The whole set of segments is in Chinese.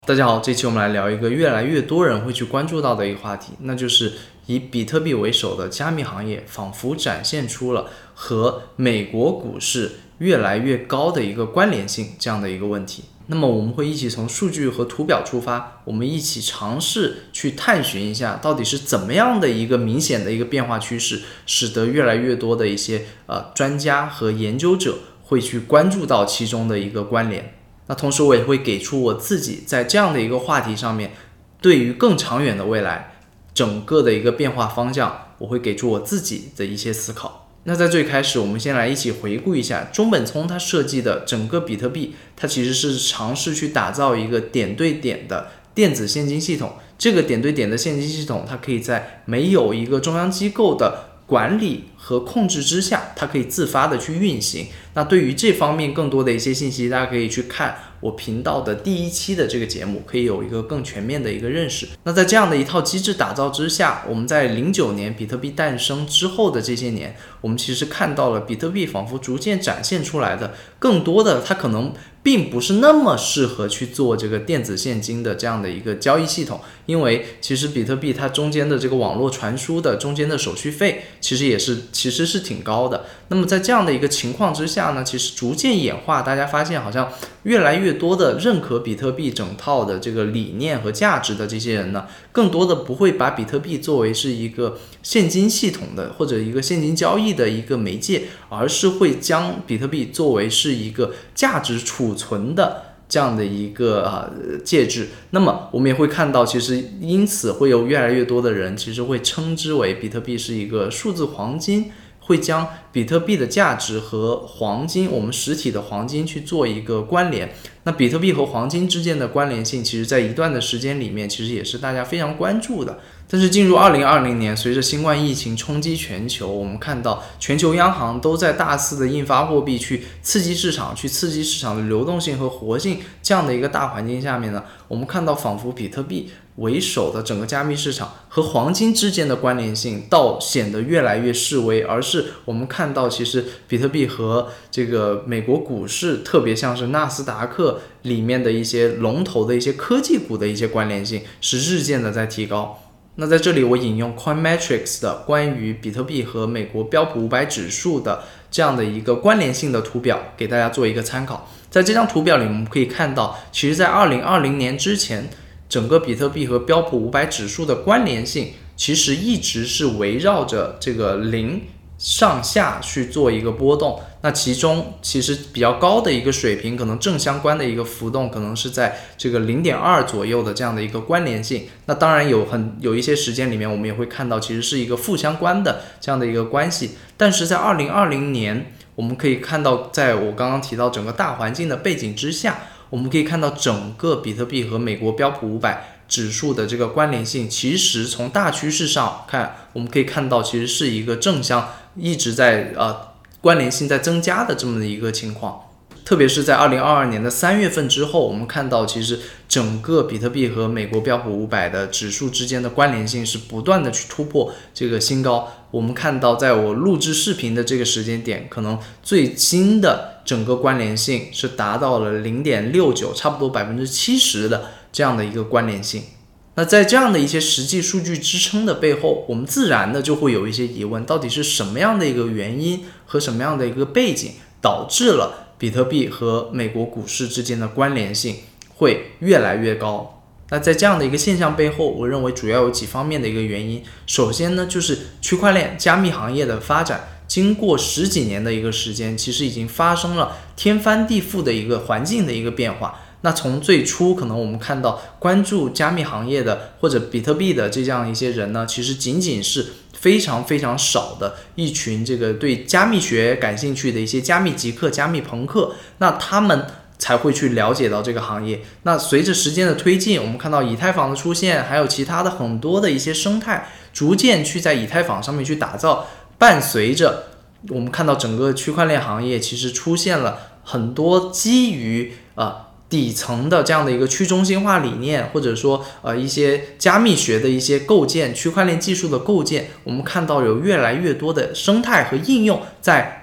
大家好，这期我们来聊一个越来越多人会去关注到的一个话题，那就是以比特币为首的加密行业仿佛展现出了和美国股市越来越高的一个关联性这样的一个问题。那么我们会一起从数据和图表出发，我们一起尝试去探寻一下到底是怎么样的一个明显的一个变化趋势，使得越来越多的一些专家和研究者会去关注到其中的一个关联。那同时我也会给出我自己在这样的一个话题上面，对于更长远的未来整个的一个变化方向，我会给出我自己的一些思考。那在最开始，我们先来一起回顾一下中本聪他设计的整个比特币，它其实是尝试去打造一个点对点的电子现金系统。这个点对点的现金系统，它可以在没有一个中央机构的管理和控制之下，它可以自发的去运行。那对于这方面更多的一些信息，大家可以去看我频道的第1期的这个节目，可以有一个更全面的一个认识。那在这样的一套机制打造之下，我们在09年比特币诞生之后的这些年，我们其实看到了比特币仿佛逐渐展现出来的更多的它可能并不是那么适合去做这个电子现金的这样的一个交易系统，因为其实比特币它中间的这个网络传输的中间的手续费其实是挺高的。那么在这样的一个情况之下呢，其实逐渐演化，大家发现好像越来越多的认可比特币整套的这个理念和价值的这些人呢，更多的不会把比特币作为是一个现金系统的或者一个现金交易的一个媒介，而是会将比特币作为是一个价值储存的这样的一个介质。那么我们也会看到，其实因此会有越来越多的人其实会称之为比特币是一个数字黄金，会将比特币的价值和黄金，我们实体的黄金去做一个关联。那比特币和黄金之间的关联性，其实在一段的时间里面，其实也是大家非常关注的。但是进入2020年，随着新冠疫情冲击全球，我们看到全球央行都在大肆的印发货币去刺激市场，去刺激市场的流动性和活性。这样的一个大环境下面呢，我们看到仿佛比特币为首的整个加密市场和黄金之间的关联性倒显得越来越式微，而是我们看到其实比特币和这个美国股市，特别像是纳斯达克里面的一些龙头的一些科技股的一些关联性是日渐的在提高。那在这里我引用 Coinmetrics 的关于比特币和美国标普500指数的这样的一个关联性的图表，给大家做一个参考。在这张图表里，我们可以看到，其实在2020年之前，整个比特币和标普500指数的关联性其实一直是围绕着这个零上下去做一个波动。那其中其实比较高的一个水平，可能正相关的一个浮动，可能是在这个 0.2 左右的这样的一个关联性。那当然有一些时间里面，我们也会看到其实是一个负相关的这样的一个关系。但是在2020年，我们可以看到，在我刚刚提到整个大环境的背景之下，我们可以看到整个比特币和美国标普500指数的这个关联性，其实从大趋势上看，我们可以看到其实是一个正向一直在关联性在增加的这么的一个情况。特别是在2022年的3月份之后，我们看到其实整个比特币和美国标普500的指数之间的关联性是不断的去突破这个新高。我们看到在我录制视频的这个时间点，可能最新的整个关联性是达到了 0.69， 差不多 70% 的这样的一个关联性。那在这样的一些实际数据支撑的背后，我们自然的就会有一些疑问，到底是什么样的一个原因和什么样的一个背景导致了比特币和美国股市之间的关联性会越来越高？那在这样的一个现象背后，我认为主要有几方面的一个原因。首先呢，就是区块链加密行业的发展，经过10几年的一个时间，其实已经发生了天翻地覆的一个环境的一个变化。那从最初可能我们看到关注加密行业的或者比特币的这样一些人呢，其实仅仅是非常非常少的一群这个对加密学感兴趣的一些加密极客、加密朋克，那他们才会去了解到这个行业。那随着时间的推进，我们看到以太坊的出现，还有其他的很多的一些生态逐渐去在以太坊上面去打造，伴随着我们看到整个区块链行业其实出现了很多基于底层的这样的一个去中心化理念，或者说一些加密学的一些构建，区块链技术的构建，我们看到有越来越多的生态和应用在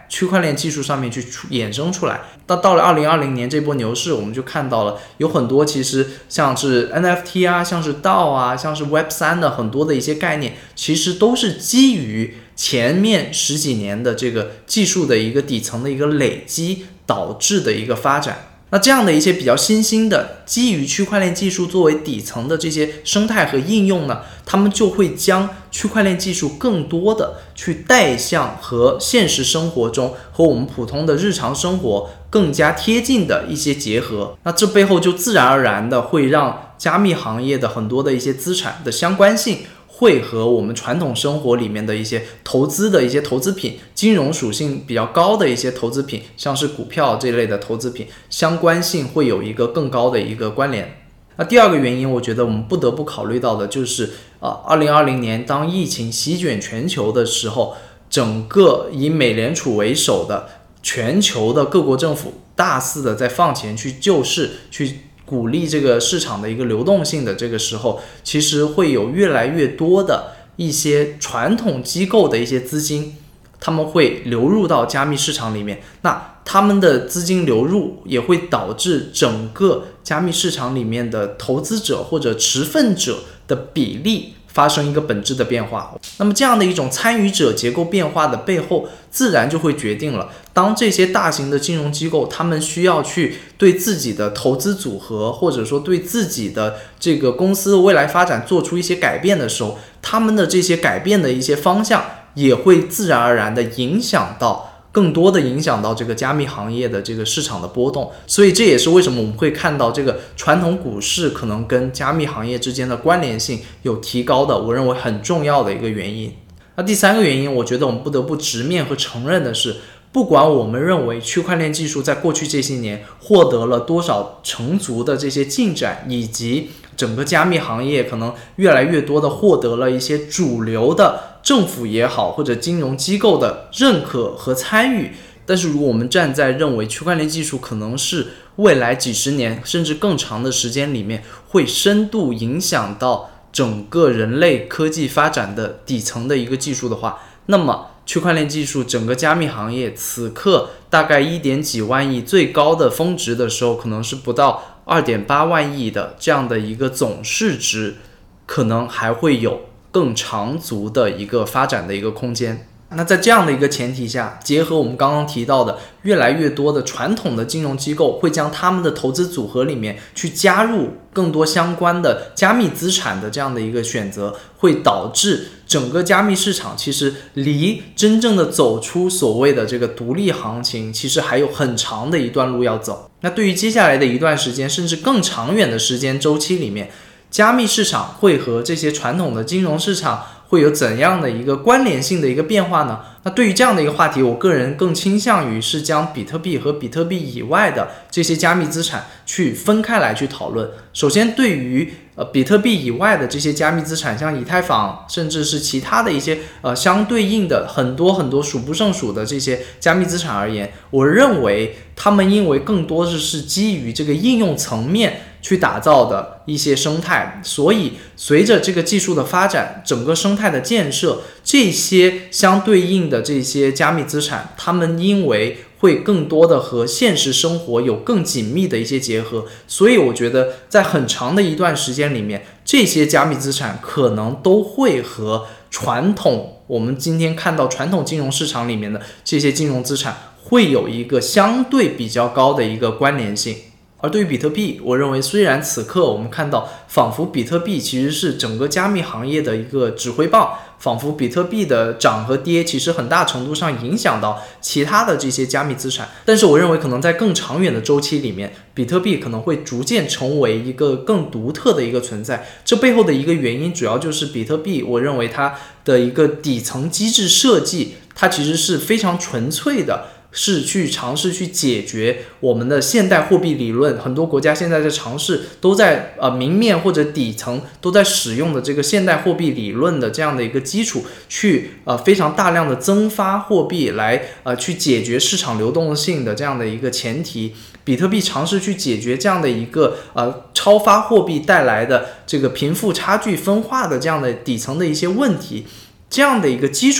区块链技术上面去衍生出来。到了2020年这波牛市，我们就看到了有很多其实像是 NFT 啊，像是 DAO 啊，像是 Web3 的很多的一些概念，其实都是基于前面10几年的这个技术的一个底层的一个累积导致的一个发展。那这样的一些比较新兴的基于区块链技术作为底层的这些生态和应用呢，他们就会将区块链技术更多的去带向和现实生活中和我们普通的日常生活更加贴近的一些结合。那这背后就自然而然的会让加密行业的很多的一些资产的相关性会和我们传统生活里面的一些投资的一些投资品，金融属性比较高的一些投资品，像是股票这类的投资品，相关性会有一个更高的一个关联。那第二个原因，我觉得我们不得不考虑到的就是2020年当疫情席卷全球的时候，整个以美联储为首的全球的各国政府大肆的在放钱去救市，去鼓励这个市场的一个流动性的这个时候，其实会有越来越多的一些传统机构的一些资金，他们会流入到加密市场里面。那他们的资金流入也会导致整个加密市场里面的投资者或者持份者的比例发生一个本质的变化。那么这样的一种参与者结构变化的背后，自然就会决定了当这些大型的金融机构他们需要去对自己的投资组合或者说对自己的这个公司的未来发展做出一些改变的时候，他们的这些改变的一些方向也会自然而然的更多的影响到这个加密行业的这个市场的波动。所以这也是为什么我们会看到这个传统股市可能跟加密行业之间的关联性有提高的，我认为很重要的一个原因。那第三个原因，我觉得我们不得不直面和承认的是，不管我们认为区块链技术在过去这些年获得了多少成熟的这些进展，以及整个加密行业可能越来越多的获得了一些主流的政府也好或者金融机构的认可和参与，但是如果我们站在认为区块链技术可能是未来几十年甚至更长的时间里面会深度影响到整个人类科技发展的底层的一个技术的话，那么区块链技术整个加密行业此刻大概1点几万亿，最高的峰值的时候可能是不到2.8万亿的这样的一个总市值，可能还会有更长足的一个发展的一个空间。那在这样的一个前提下，结合我们刚刚提到的越来越多的传统的金融机构会将他们的投资组合里面去加入更多相关的加密资产的这样的一个选择，会导致整个加密市场其实离真正的走出所谓的这个独立行情其实还有很长的一段路要走。那对于接下来的一段时间甚至更长远的时间周期里面，加密市场会和这些传统的金融市场会有怎样的一个关联性的一个变化呢？那对于这样的一个话题，我个人更倾向于是将比特币和比特币以外的这些加密资产去分开来去讨论。首先对于比特币以外的这些加密资产，像以太坊甚至是其他的一些相对应的很多数不胜数的这些加密资产而言，我认为他们因为更多的是基于这个应用层面去打造的一些生态，所以随着这个技术的发展，整个生态的建设，这些相对应的这些加密资产，他们因为会更多的和现实生活有更紧密的一些结合，所以我觉得在很长的一段时间里面，这些加密资产可能都会和我们今天看到传统金融市场里面的这些金融资产会有一个相对比较高的一个关联性。而对于比特币，我认为虽然此刻我们看到仿佛比特币其实是整个加密行业的一个指挥棒，仿佛比特币的涨和跌其实很大程度上影响到其他的这些加密资产，但是我认为可能在更长远的周期里面，比特币可能会逐渐成为一个更独特的一个存在。这背后的一个原因主要就是比特币，我认为它的一个底层机制设计，它其实是非常纯粹的，是去尝试去解决我们的现代货币理论，很多国家现在在尝试都在明面或者底层都在使用的这个现代货币理论的这样的一个基础，去非常大量的增发货币来去解决市场流动性的这样的一个前提。比特币尝试去解决这样的一个超发货币带来的这个贫富差距分化的这样的底层的一些问题，这样的一个基础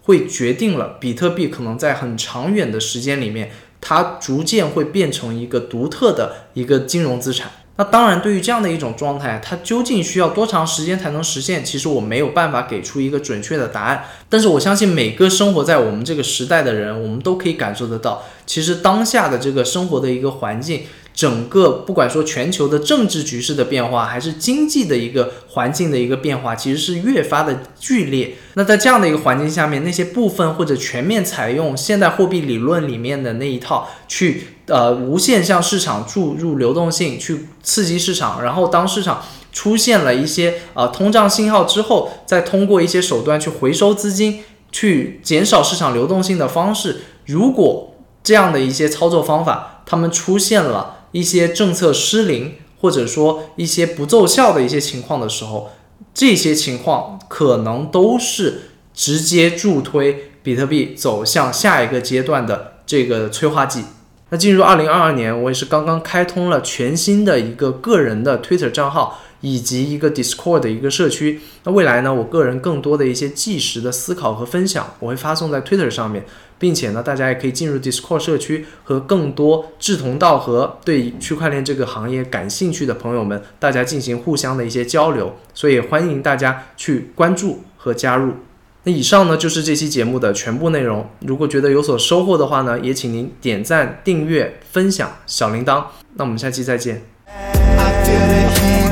会决定了比特币可能在很长远的时间里面，它逐渐会变成一个独特的一个金融资产。那当然，对于这样的一种状态，它究竟需要多长时间才能实现？其实我没有办法给出一个准确的答案。但是我相信每个生活在我们这个时代的人，我们都可以感受得到，其实当下的这个生活的一个环境，整个不管说全球的政治局势的变化，还是经济的一个环境的一个变化，其实是越发的剧烈。那在这样的一个环境下面，那些部分或者全面采用现代货币理论里面的那一套去无限向市场注入流动性，去刺激市场，然后当市场出现了一些通胀信号之后，再通过一些手段去回收资金，去减少市场流动性的方式，如果这样的一些操作方法他们出现了一些政策失灵，或者说一些不奏效的一些情况的时候，这些情况可能都是直接助推比特币走向下一个阶段的这个催化剂。那进入2022年，我也是刚刚开通了全新的一个个人的 Twitter 账号，以及一个 Discord 的一个社区。那未来呢，我个人更多的一些即时的思考和分享，我会发送在 Twitter 上面，并且呢，大家也可以进入 Discord 社区，和更多志同道合、对区块链这个行业感兴趣的朋友们，大家进行互相的一些交流。所以欢迎大家去关注和加入。那以上呢就是这期节目的全部内容。如果觉得有所收获的话呢，也请您点赞、订阅、分享小铃铛。那我们下期再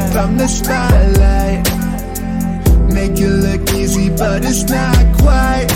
见。Make it look easy, but it's not quite.